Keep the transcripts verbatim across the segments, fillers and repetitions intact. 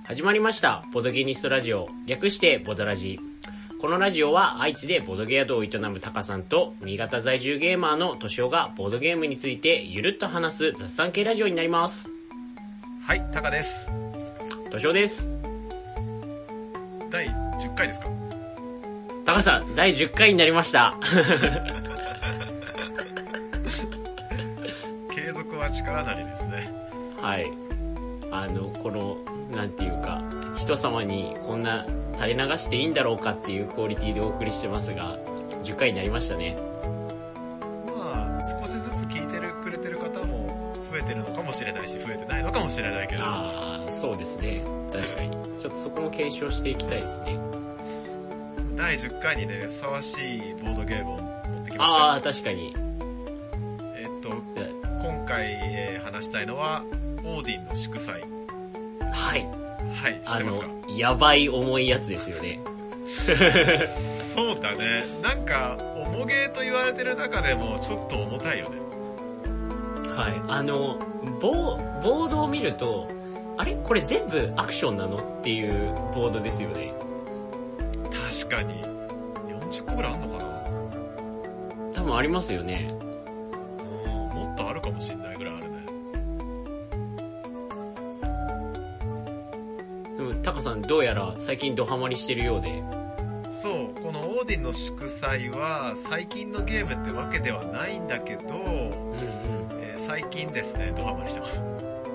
始まりましたボドゲニストラジオ、略してボドラジ。このラジオは愛知でボドゲ宿を営むタカさんと新潟在住ゲーマーのトシオがボードゲームについてゆるっと話す雑談系ラジオになります。 はい、タカです。 トシオです。 だいじゅっかいですか？ タカさん、だいじゅっかいになりました。 継続は力なりですね。 はい。あの、この、なんていうか、人様にこんな垂れ流していいんだろうかっていうクオリティでお送りしてますが、じゅっかいになりましたね。 まあ、少しずつ聞いてるくれてる方も増えてるのかもしれないし、増えてないのかもしれないけど。 ああ、そうですね。確かに。ちょっとそこも検証していきたいですね。 だいじゅっかいにね、ふさわしいボードゲームを持ってきました。 ああ、確かに。 えっと、今回、えー、話したいのは、オーディンの祝祭。 はい。 はい、知ってますか？ あの、やばい重いやつですよね。 そうだね。なんか、重ゲーと言われてる中でも、ちょっと重たいよね。 はい。あの、ボー、ボードを見ると、あれこれ全部アクションなのっていうボードですよね。 確かに。よんじゅっこぐらいあんのかな？ 多分ありますよね。 うん、もっとあるかもしんないぐらいあるね。 でも、タカさんどうやら最近ドハマりしてるようで。 そう、このオーディンの祝祭は最近のゲームってわけではないんだけど、うんうんえー、最近ですね、ドハマりしてます。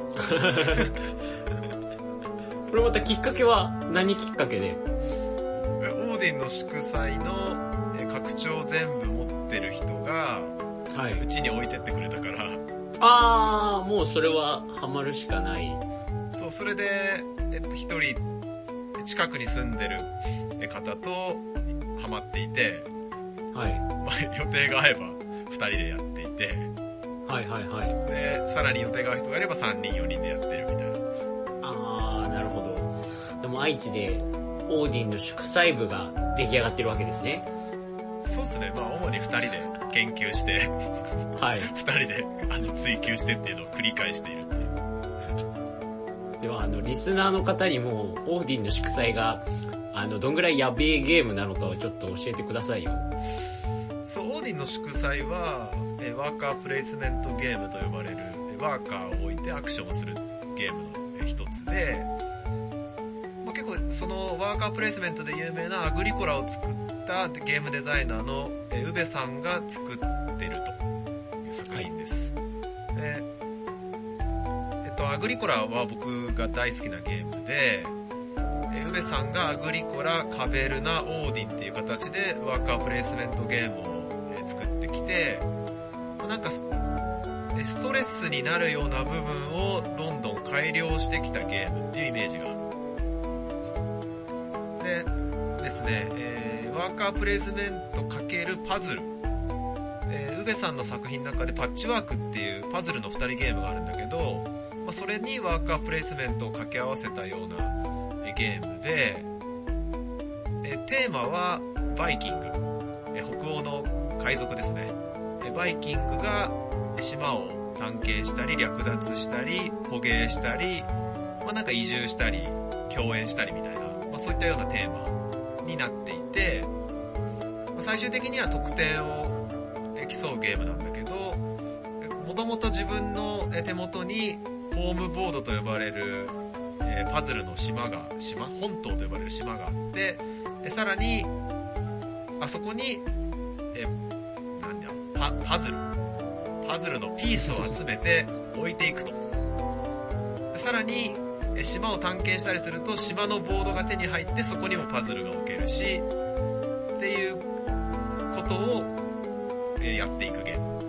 これまたきっかけは何きっかけで？ オーディンの祝祭の拡張全部持ってる人が、はい、うちに置いてってくれたから。 あー、もうそれはハマるしかない。 そう、それで、えっと、一人、近くに住んでる方とハマっていて、はい。まあ、予定が合えば二人でやっていて、 はいはいはい。 で、さらに予定が合う人がいれば三人、四人でやってるみたいな。 あー、なるほど。でも愛知でオーディンの祝祭部が出来上がってるわけですね。 そうっすね。まあ、主に二人で研究して、はい。二人であの追求してっていうのを繰り返しているっていう。 では、あの、リスナーの方にも、オーディンの祝祭が、あの、どんぐらいやべえゲームなのかをちょっと教えてくださいよ。 そう、オーディンの祝祭は、えワーカープレイスメントゲームと呼ばれる、ワーカーを置いてアクションをするゲームの一つで、まあ、結構そのワーカープレイスメントで有名なアグリコラを作ったゲームデザイナーの宇部さんが作ってるという作品です。でアグリコラは僕が大好きなゲームで、宇部さんがアグリコラ、カベルナ、オーディンっていう形でワーカープレイスメントゲームを作ってきて、なんかストレスになるような部分をどんどん改良してきたゲームっていうイメージがある。でですね、えー、ワーカープレイスメント×パズル。えー、宇部さんの作品の中でパッチワークっていうパズルのふたりゲームがあるんだけど、まあ、それにワーカープレイスメントを掛け合わせたようなゲームで、えテーマはバイキング、え北欧の海賊ですね。えバイキングが島を探検したり略奪したり捕鯨したり、まあ、なんか移住したり共演したりみたいな、まあ、そういったようなテーマになっていて、まあ、最終的には得点を競うゲームなんだけど、もともと自分の手元にホームボードと呼ばれる、えー、パズルの島が、島本島と呼ばれる島があって、でさらに、あそこに、えー、なんだパ、パズル。パズルのピースを集めて置いていくと。でさらに、え島を探検したりすると、島のボードが手に入って、そこにもパズルが置けるし、っていうことを、えー、やっていくゲーム。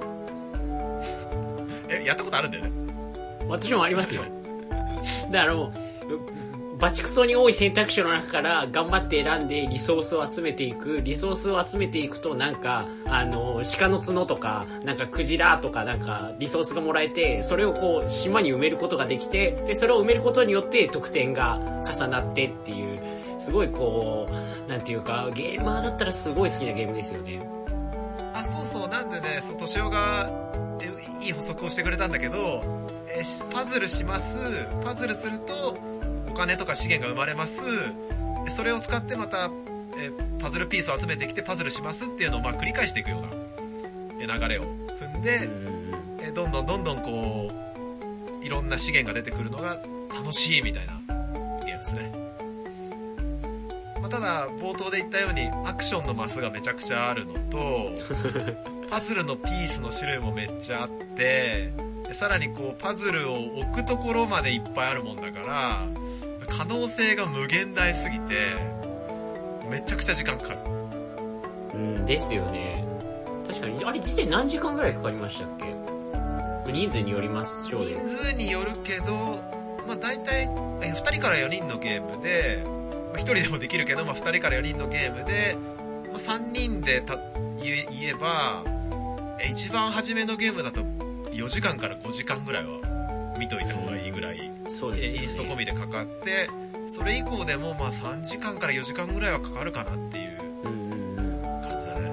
え、やったことあるんだよね。 私もありますよ。だからもう、バチクソに多い選択肢の中から頑張って選んでリソースを集めていく。リソースを集めていくとなんか、あの、鹿の角とか、なんかクジラとかなんかリソースがもらえて、それをこう島に埋めることができて、で、それを埋めることによって得点が重なってっていう、すごいこう、なんていうか、ゲーマーだったらすごい好きなゲームですよね。 あ、そうそう、なんでね、そう、としおが、いい補足をしてくれたんだけど、えー、パズルします。パズルすると、お金とか資源が生まれます。それを使ってまた、えパズルピースを集めてきてパズルしますっていうのをまあ繰り返していくような流れを踏んで、えどんどんどんどんこう、いろんな資源が出てくるのが楽しいみたいなゲームですね。まあ、ただ、冒頭で言ったようにアクションのマスがめちゃくちゃあるのと、パズルのピースの種類もめっちゃあって、さらにこうパズルを置くところまでいっぱいあるもんだから、可能性が無限大すぎて、めちゃくちゃ時間かかる。 うん、ですよね。確かに、あれ実際何時間ぐらいかかりましたっけ？人数によりますしょうで。 人数によるけど、まあ大体、ふたりからよにんのゲームで、まあ、ひとりでもできるけど、まあふたりからよにんのゲームで、まあ、さんにんでた言えば、一番初めのゲームだとよじかんからごじかんぐらいは見といた方がいいぐらい、 うん、そうですね、 インスト込みでかかって、それ以降でもまあさんじかんからよじかんぐらいはかかるかなっていう感じだね。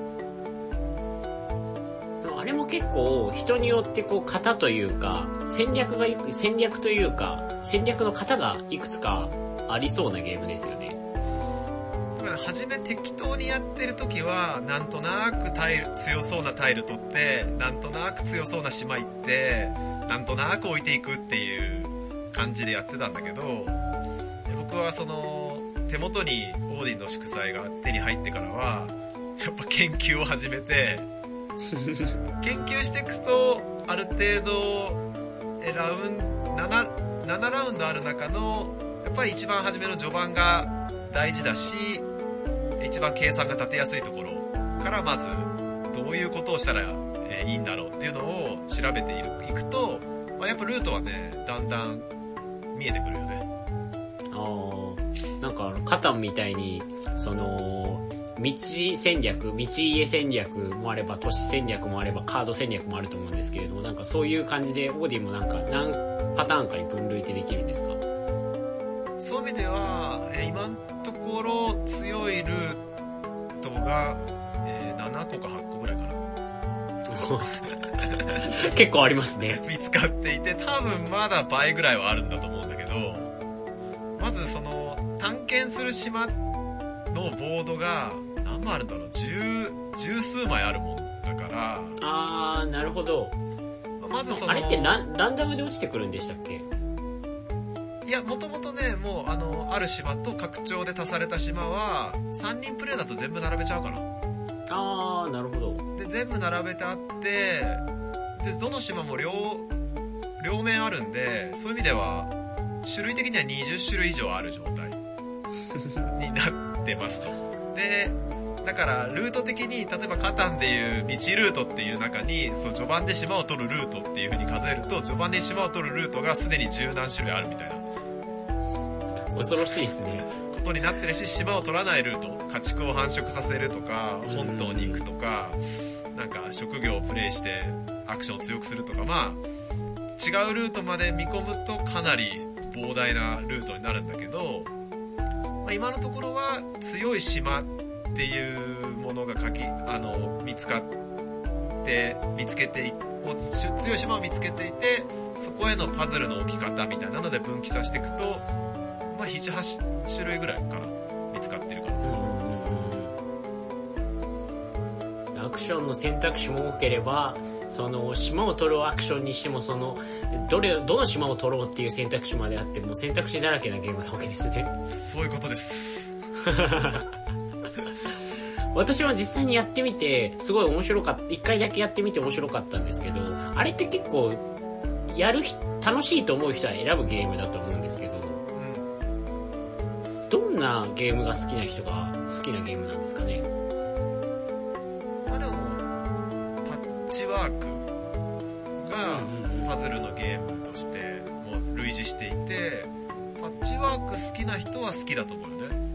でもあれも結構人によってこう型というか戦略が戦略というか戦略の型がいくつかありそうなゲームですよね。 初め適当にやってる時はなんとなくタイル強そうなタイル取ってなんとなく強そうな島行ってなんとなく置いていくっていう感じでやってたんだけど、僕はその手元にオーディンの祝祭が手に入ってからはやっぱ研究を始めて研究していくとある程度ラウンド 7, 7ラウンドある中のやっぱり一番初めの序盤が大事だし一番計算が立てやすいところからまずどういうことをしたらいいんだろうっていうのを調べていくと、まあ、やっぱルートはねだんだん見えてくるよね。 ああ、なんかカタンみたいにその道戦略、道家戦略もあれば都市戦略もあればカード戦略もあると思うんですけれども、なんかそういう感じでオーディもなんか何パターンかに分類ってできるんですか？ そういう意味では今のところ強いルートが、えー、ななこかはっこぐらいかな結構ありますね。 見つかっていて多分まだ倍ぐらいはあるんだと思うんだけど、まずその探検する島のボードが何枚あるんだろう、十十数枚あるもんだから。 あー、なるほど。 まずそのあれってラン、ランダムで落ちてくるんでしたっけ？ いや、もともとね、もう、あの、ある島と拡張で足された島は、さんにんプレイだと全部並べちゃうかな。 あー、なるほど。 で、全部並べてあって、で、どの島も両、両面あるんで、そういう意味では、種類的にはにじゅっしゅるい以上ある状態になってますと。で、だから、ルート的に、例えばカタンでいう道ルートっていう中に、そう、序盤で島を取るルートっていう風に数えると、序盤で島を取るルートがすでに十何種類あるみたいな。 恐ろしいですね。 ことになってるし、島を取らないルート、家畜を繁殖させるとか、本島に行くとか、なんか職業をプレイしてアクションを強くするとか、まあ、違うルートまで見込むとかなり膨大なルートになるんだけど、まあ、今のところは強い島っていうものが書き、あの、見つかって、見つけてい、強い島を見つけていて、そこへのパズルの置き方みたいなので分岐させていくと、まあ、なな、はち種類ぐらいかな見つかってるから。 うん。アクションの選択肢も多ければ、その島を取るアクションにしてもそのどれどの島を取ろうっていう選択肢まであっても選択肢だらけなゲームなわけですね。 そういうことです。 私は実際にやってみてすごい面白かった。一回だけやってみて面白かったんですけど、あれって結構やる楽しいと思う人は選ぶゲームだと思うんですけど、どんなゲームが好きな人が好きなゲームなんですかね。 まあでもパッチワークがパズルのゲームとしてもう類似していて、パッチワーク好きな人は好きだと思うよね。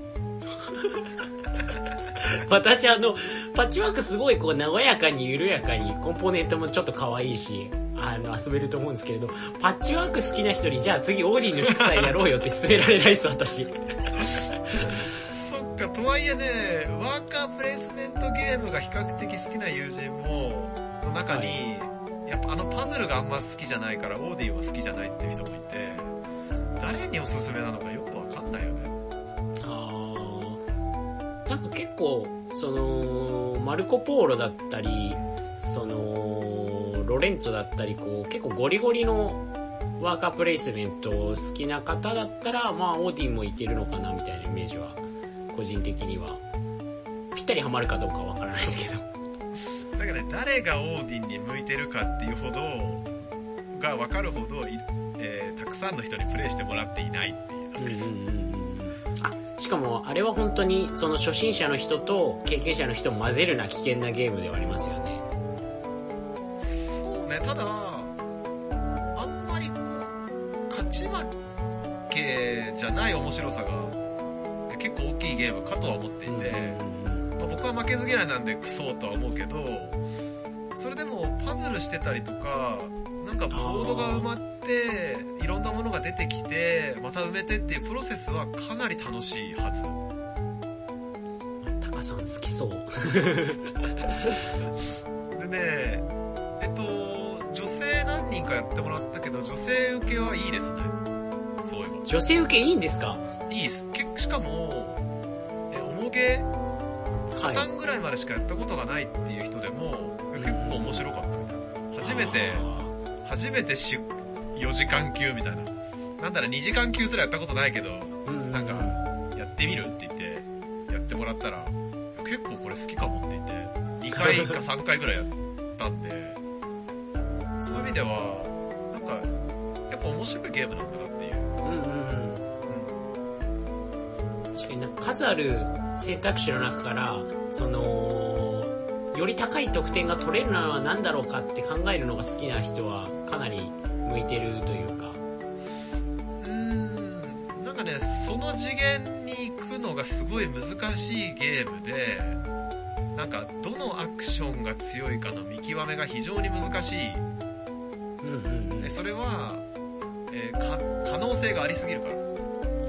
私あのパッチワークすごいこう和やかに緩やかにコンポーネントもちょっと可愛いしあの遊べると思うんですけれど、パッチワーク好きな人にじゃあ次オーディンの祝祭やろうよって勧められないです私。 そっか、とはいえね、ワーカープレイスメントゲームが比較的好きな友人もの中に、はい、やっぱあのパズルがあんま好きじゃないからオーディンは好きじゃないっていう人もいて、 誰におすすめなのかよくわかんないよね。 あー、なんか結構そのマルコポーロだったり、そのロレンツォだったり、こう結構ゴリゴリのワーカープレイスメント好きな方だったら、まあオーディンもいけるのかなみたいなイメージは個人的には。ぴったりハマるかどうかわからないですけど。 だからね、誰がオーディンに向いてるかっていうほどが分かるほど、えー、たくさんの人にプレイしてもらっていないっていうのです。 うんうんうん、あ、しかもあれは本当にその初心者の人と経験者の人を混ぜるな危険なゲームではありますよね。 そうね、ただあんまり勝ち負けじゃない面白さが結構大きいゲームかとは思っていて、うんうんうん、まあ、僕は負けず嫌いなんでクソとは思うけど、それでもパズルしてたりとか、なんかボードが埋まっていろんなものが出てきてまた埋めてっていうプロセスはかなり楽しいはず。 タカさん好きそうでね、えっと女性何人かやってもらったけど、女性受けはいいですね。そういえば女性受けいいんですか？いいです。しかもえ重げカタンぐらいまでしかやったことがないっていう人でも、はい、結構面白かったみたいな。初めて初めてしよじかん級みたいな。なんだらにじかん級すらやったことないけど、うんうんうん、なんか、やってみるって言って、やってもらったら、結構これ好きかもって言って、にかいかさんかいぐらいやったんで、そういう意味では、なんか、やっぱ面白いゲームなんだなっていう。うんうんうん。確かになんか数ある選択肢の中から、その、より高い得点が取れるのは何だろうかって考えるのが好きな人はかなり向いてるというか。 うーん、なんかね、その次元に行くのがすごい難しいゲームで、なんかどのアクションが強いかの見極めが非常に難しい。うんうんうん、それは、えー、か可能性がありすぎるから。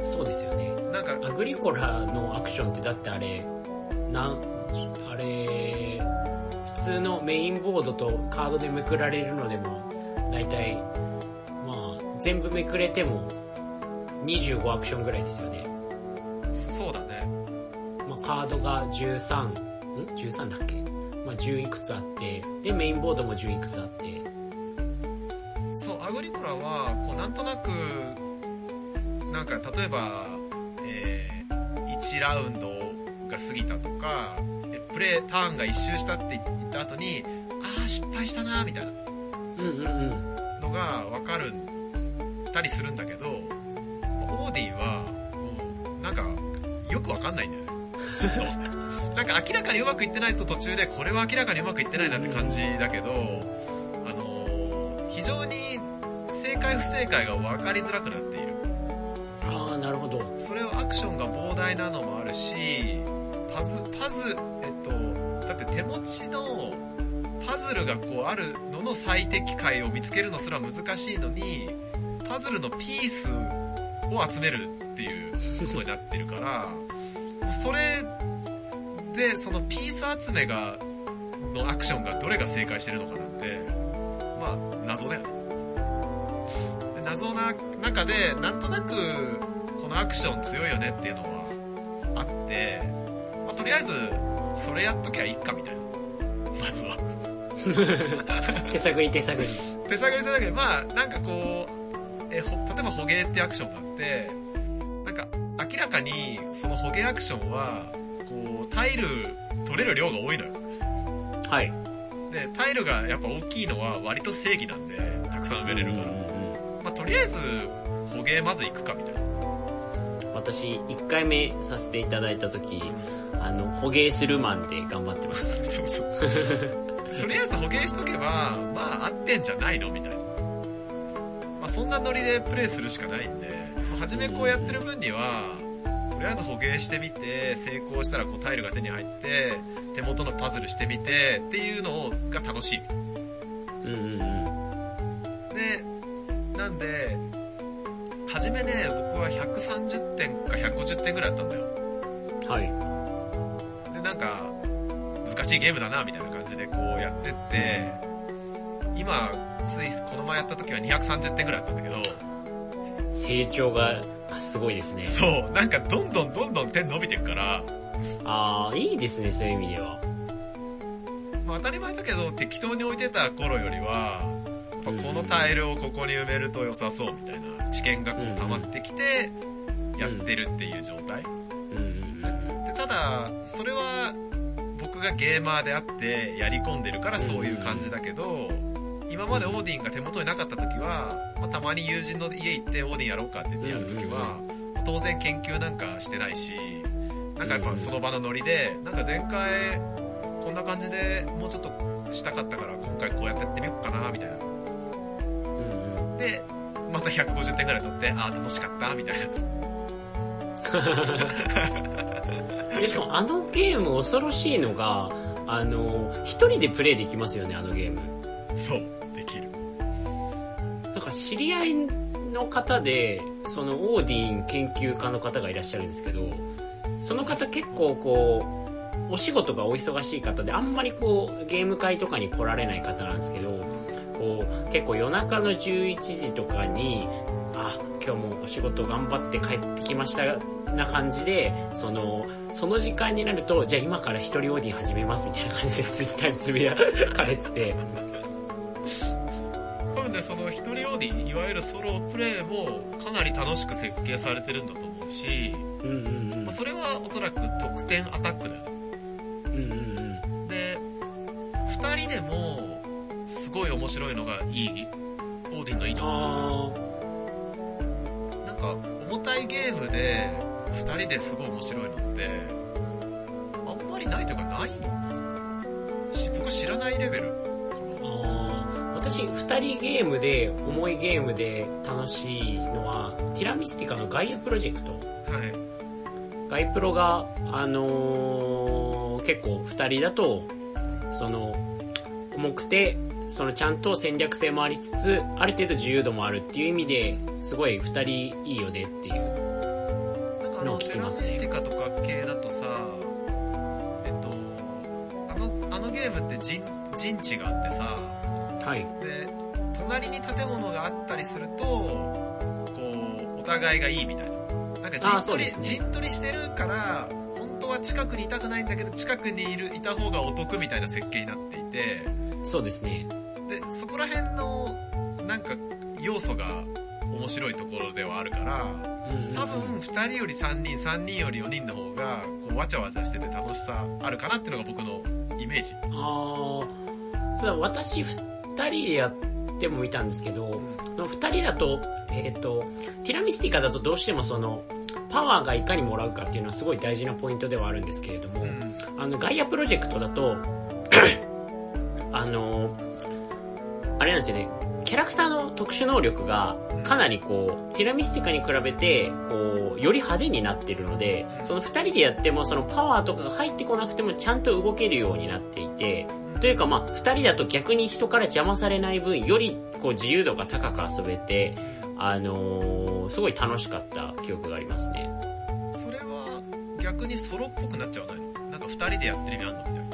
そうですよね。なんかアグリコラのアクションってだってあれなんあれ普通のメインボードとカードでめくられるのでもだいたいまあ全部めくれてもにじゅうごアクションぐらいですよね。 そうだね。 まあカードがじゅうさん、ん ?じゅうさん だっけ？まあじゅういくつあって、でメインボードもじゅういくつあって。 そう、アグリコラはこうなんとなくなんか例えば、えー、いちラウンドが過ぎたとか、プレイターンが一周したって言った後に、あー失敗したなみたいなのが分かるたりするんだけど、オーディンはもうなんかよく分かんないんだよね。ずっとなんか明らかにうまくいってないと途中でこれは明らかにうまくいってないなって感じだけど、あのー、非常に正解不正解が分かりづらくなっている。 ああ、なるほど。 それはアクションが膨大なのもあるし、パズパズえっとだって手持ちのパズルがこうあるのの最適解を見つけるのすら難しいのに、パズルのピースを集めるっていうことになってるからそれでそのピース集めがのアクションがどれが正解してるのかなんてまあ謎だよね。で謎な中でなんとなくこのアクション強いよねっていうのはあって、まあ、とりあえずそれやっときゃいいかみたいな、まずは手探り手探り手探り手探り。まあなんかこうえほ例えば捕鯨ってアクションがあって、なんか明らかにその捕鯨アクションはこうタイル取れる量が多いのよ。 はい。 でタイルがやっぱ大きいのは割と正義なんでたくさん埋めれるから、まあとりあえず捕鯨まず行くかみたいな。 私いっかいめさせていただいた時、あの捕鯨するマンで頑張ってましたそうそうとりあえず捕鯨しとけばまあ合ってんじゃないのみたいな、まあ、そんなノリでプレイするしかないんで、まあ、初めこうやってる分にはとりあえず捕鯨してみて成功したらこうタイルが手に入って手元のパズルしてみてっていうのが楽しい。うんうんうん。でなんで初めね僕はひゃくさんじゅってんかひゃくごじゅってんぐらいだったんだよ。はい。でなんか難しいゲームだなみたいな感じでこうやってって、今ついこの前やった時はにひゃくさんじゅってんぐらいだったんだけど成長がすごいですね。 そう、なんかどんどんどんどん点伸びてくから。 ああ、いいですね、そういう意味では。 まあ当たり前だけど、適当に置いてた頃よりは、このタイルをここに埋めると良さそうみたいな知見がこう溜まってきて、やってるっていう状態。で、ただ、それは僕がゲーマーであってやり込んでるからそういう感じだけど、今までオーディンが手元になかった時は、まあ、たまに友人の家行ってオーディンやろうかって言ってやる時は、当然研究なんかしてないし、なんかやっぱその場のノリで、なんか前回こんな感じでもうちょっとしたかったから今回こうやってやってみようかなみたいな。で、またひゃくごじゅってんくらい取って、ああ楽しかったみたいな。 しかもあのゲーム恐ろしいのが、あの、一人でプレイできますよね、あのゲーム。 そう、できる。 なんか知り合いの方で、そのオーディン研究家の方がいらっしゃるんですけど、その方結構こう、お仕事がお忙しい方で、あんまりこう、ゲーム会とかに来られない方なんですけど、こう、結構夜中のじゅういちじとかに、あ、今日もお仕事頑張って帰ってきましたな感じで、その、その時間になると、じゃあ今から一人オーディン始めますみたいな感じでツイッターにつぶやかれてて。 多分ね、その一人オーディン、いわゆるソロプレイもかなり楽しく設計されてるんだと思うし、 うんうんうん、 まあ、それはおそらく得点アタックだよね。 うんうんうん、 で、二人でもすごい面白いのがいい、オーディンのいいところ。なんか重たいゲームでふたりですごい面白いのってあんまりないというかないし、僕知らないレベルかな。 あ、私ふたりゲームで重いゲームで楽しいのはティラミスティカのガイアプロジェクト。 はい。 ガイプロがあのー、結構ふたりだとその重くてそのちゃんと戦略性もありつつある程度自由度もあるっていう意味ですごいふたりいいよねっていうのを聞きますね。 ティラミスティカとか系だとさ、えっとあのあのゲームって陣陣地があってさ、 はい。 で隣に建物があったりするとこうお互いがいいみたいな。なんか陣取り、ね、陣取りしてるから本当は近くにいたくないんだけど近くにいるいた方がお得みたいな設計になっていて。 そうですね。 でそこら辺のなんか要素が面白いところではあるから、うんうん、多分ふたりよりさんにん、さんにんよりよにんの方がこうわちゃわちゃしてて楽しさあるかなっていうのが僕のイメージ。 ああ、そうだ、私ふたりでやっても見たんですけど、うん、ふたりだとえっとティラミスティカだとどうしてもそのパワーがいかにもらうかっていうのはすごい大事なポイントではあるんですけれども、うん、あのガイアプロジェクトだとあのあれなんですよね、キャラクターの特殊能力がかなりこうティラミスティカに比べてこうより派手になってるので、そのふたりでやってもそのパワーとかが入ってこなくてもちゃんと動けるようになっていて、というかまあふたりだと逆に人から邪魔されない分よりこう自由度が高く遊べて、あのー、すごい楽しかった記憶がありますね。 それは逆にソロっぽくなっちゃわないの？なんかふたりでやってる意味あんのみたいな。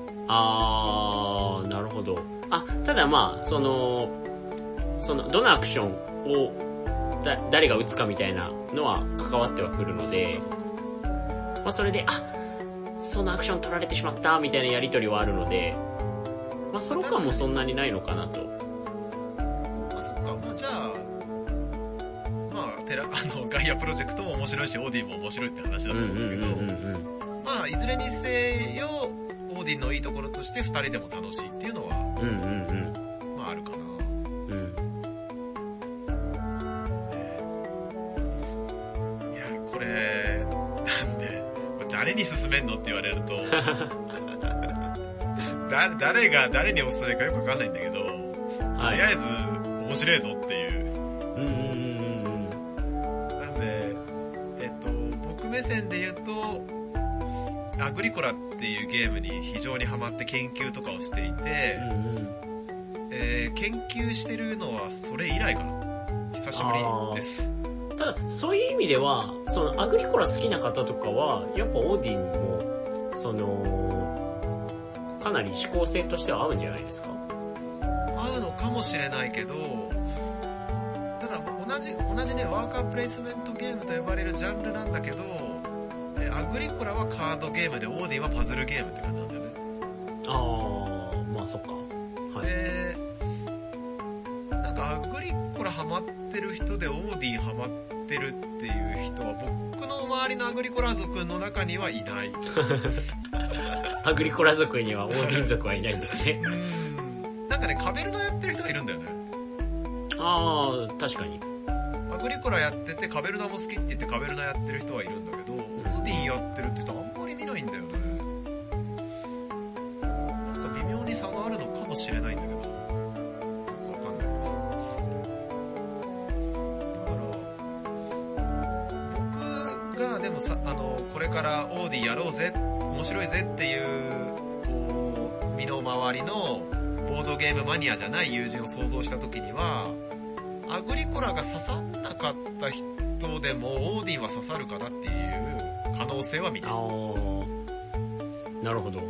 あー、なるほど。あ、ただまあそのそのどのアクションをだ誰が打つかみたいなのは関わってはくるので、まあそれであそのアクション取られてしまったみたいなやり取りはあるので、まあソロ感もそんなにないのかなと。 あ、そっか。まあじゃあまあテラあのガイアプロジェクトも面白いしオーディンも面白いって話だと思うんだけど、まあいずれにせよオーディンのいいところとしてふたりでも楽しいっていうのは、うんうんうん、まああるかな。うん。ね、いやこれなんで誰に勧めんのって言われるとだ誰が誰におすすめかよくわかんないんだけど、とりあえず面白いぞっていう。うんうんうんうん。なんでえっと僕目線で言うと。アグリコラっていうゲームに非常にハマって研究とかをしていて、うんうんえー、研究してるのはそれ以来かな。久しぶりです。 ただそういう意味ではそのアグリコラ好きな方とかはやっぱオーディンもそのかなり思考性としては合うんじゃないですか。 合うのかもしれないけど、ただ同じ、同じね、ワーカープレイスメントゲームと呼ばれるジャンルなんだけど、えアグリコラはカードゲームで、オーディンはパズルゲームって感じなんだよね。 あー、まあそっか。はい。 で、なんかアグリコラハマってる人でオーディンハマってるっていう人は、僕の周りのアグリコラ族の中にはいない。 アグリコラ族にはオーディン族はいないんですね。 うーん。なんかね、カベルナやってる人はいるんだよね。 あー、確かに。 アグリコラやっててカベルナも好きって言ってカベルナやってる人はいるんだけど、オーディンやってるって人あんまり見ないんだよね。なんか微妙に差があるのかもしれないんだけど、よくわかんないです。だから、僕がでもさ、あの、これからオーディンやろうぜ、面白いぜっていう、こう、身の回りのボードゲームマニアじゃない友人を想像した時には、アグリコラが刺さんなかった人でもオーディンは刺さるかなっていう可能性は見てる。 あー、なるほど。 うん、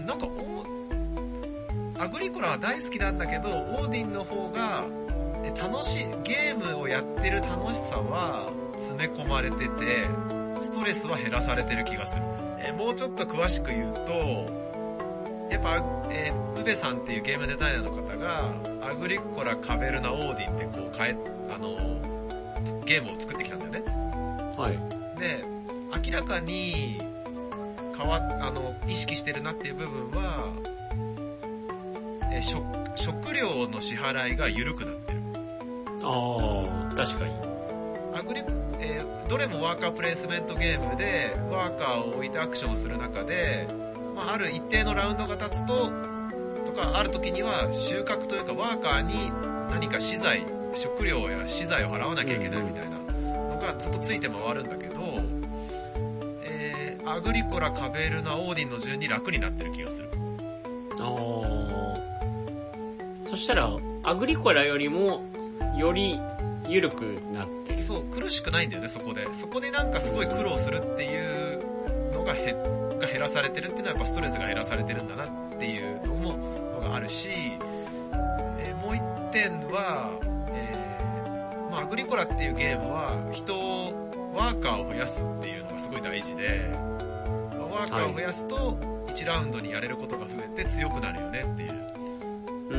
なんかおアグリコラは大好きなんだけど、オーディンの方が楽しい、ゲームをやってる楽しさは詰め込まれてて、ストレスは減らされてる気がする。えもうちょっと詳しく言うと、やっぱ、えー、ウベさんっていうゲームデザイナーの方が、アグリコラ、カベルナ、オーディンってこう変え、あのー、ゲームを作ってきたんだよね。 はい。 で、明らかに、変わ、あの、意識してるなっていう部分は、えー、食、食料の支払いが緩くなってる。 あー、確かに。 アグリ、えー、どれもワーカープレイスメントゲームで、ワーカーを置いてアクションをする中で、まあ、ある一定のラウンドが経つと、とか、ある時には収穫というかワーカーに何か資材、食料や資材を払わなきゃいけないみたいなのがずっとついて回るんだけど、えー、アグリコラ、カベルナ、オーディンの順に楽になってる気がする。 あー。そしたら、アグリコラよりも、より緩くなってる。 そう、苦しくないんだよね、そこで。そこでなんかすごい苦労するっていうのが減って、が減らされてるっていうのはやっぱストレスが減らされてるんだなっていうのものがあるし、えー、もう一点は、えー、まあアグリコラっていうゲームは人をワーカーを増やすっていうのがすごい大事で、まあ、ワーカーを増やすといちラウンドにやれることが増えて強くなるよねっていう。 うんうん。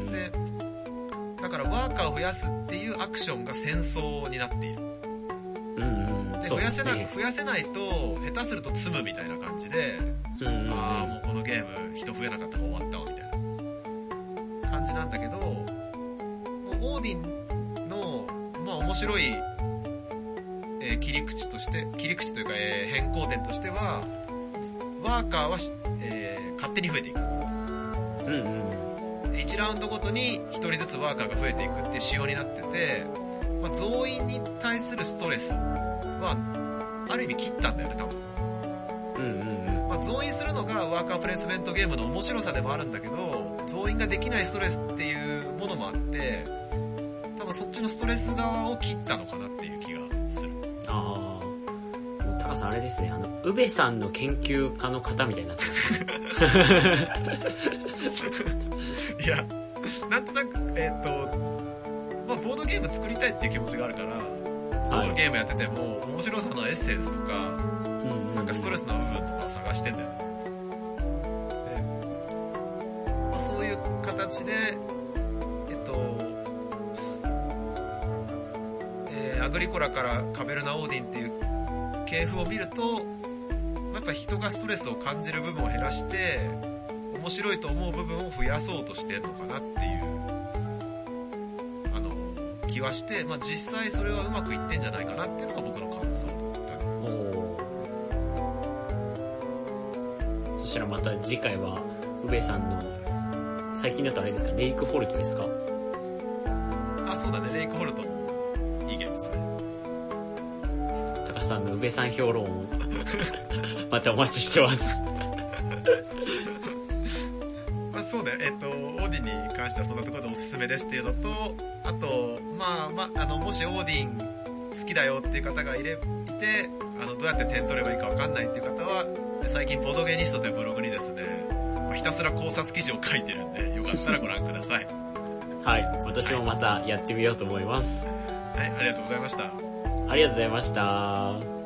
で、だからワーカーを増やすっていうアクションが戦争になっている。で増やせな、増やせないと、下手すると積むみたいな感じで、 うんうんうん、 ああ、もうこのゲーム人増えなかったから終わったわ、みたいな感じなんだけど、オーディンの、まあ面白い、えー、切り口として、切り口というか、えー、変更点としては、ワーカーは、えー、勝手に増えていく。 うんうん。 いちラウンドごとにひとりずつワーカーが増えていくっていう仕様になってて、まあ、増員に対するストレス、は、ある意味切ったんだよね、多分。 うんうんうん。 まあ、増員するのがワーカープレイスメントゲームの面白さでもあるんだけど、増員ができないストレスっていうものもあって、多分そっちのストレス側を切ったのかなっていう気がする。 ああ。もうタカさんあれですね、あの、宇部さんの研究家の方みたいになってますね。いや、なんとなく、えっと、まあ、ボードゲーム作りたいっていう気持ちがあるから、どのゲームやってても面白さのエッセンスとか、うんうん、なんかストレスの部分とかを探してんだよね。で、まあ、そういう形で、えっと、えー、アグリコラからカベルナオーディンっていう系譜を見ると、やっぱ人がストレスを感じる部分を減らして、面白いと思う部分を増やそうとしてるのかなっていう。気はして、まあ、実際それはうまくいってんじゃないかなっていうのが僕の感想だったね。 おそしたらまた次回は宇部さんの最近だとあれですか、レイクフォルトですか？ あ、そうだね、レイクフォルトもいいゲームですね。 タカさんの宇部さん評論をまたお待ちしてます。 まあそうね、えっと、オーディンに関してはそんなところでおすすめですっていうのと、あと、まあまあ、あの、もしオーディン好きだよっていう方がいれ、いて、あの、どうやって点取ればいいかわかんないっていう方は、最近ボードゲニストというブログにですね、まあ、ひたすら考察記事を書いてるんで、よかったらご覧ください。 はい。私もまたやってみようと思います。 はい、ありがとうございました。 ありがとうございました。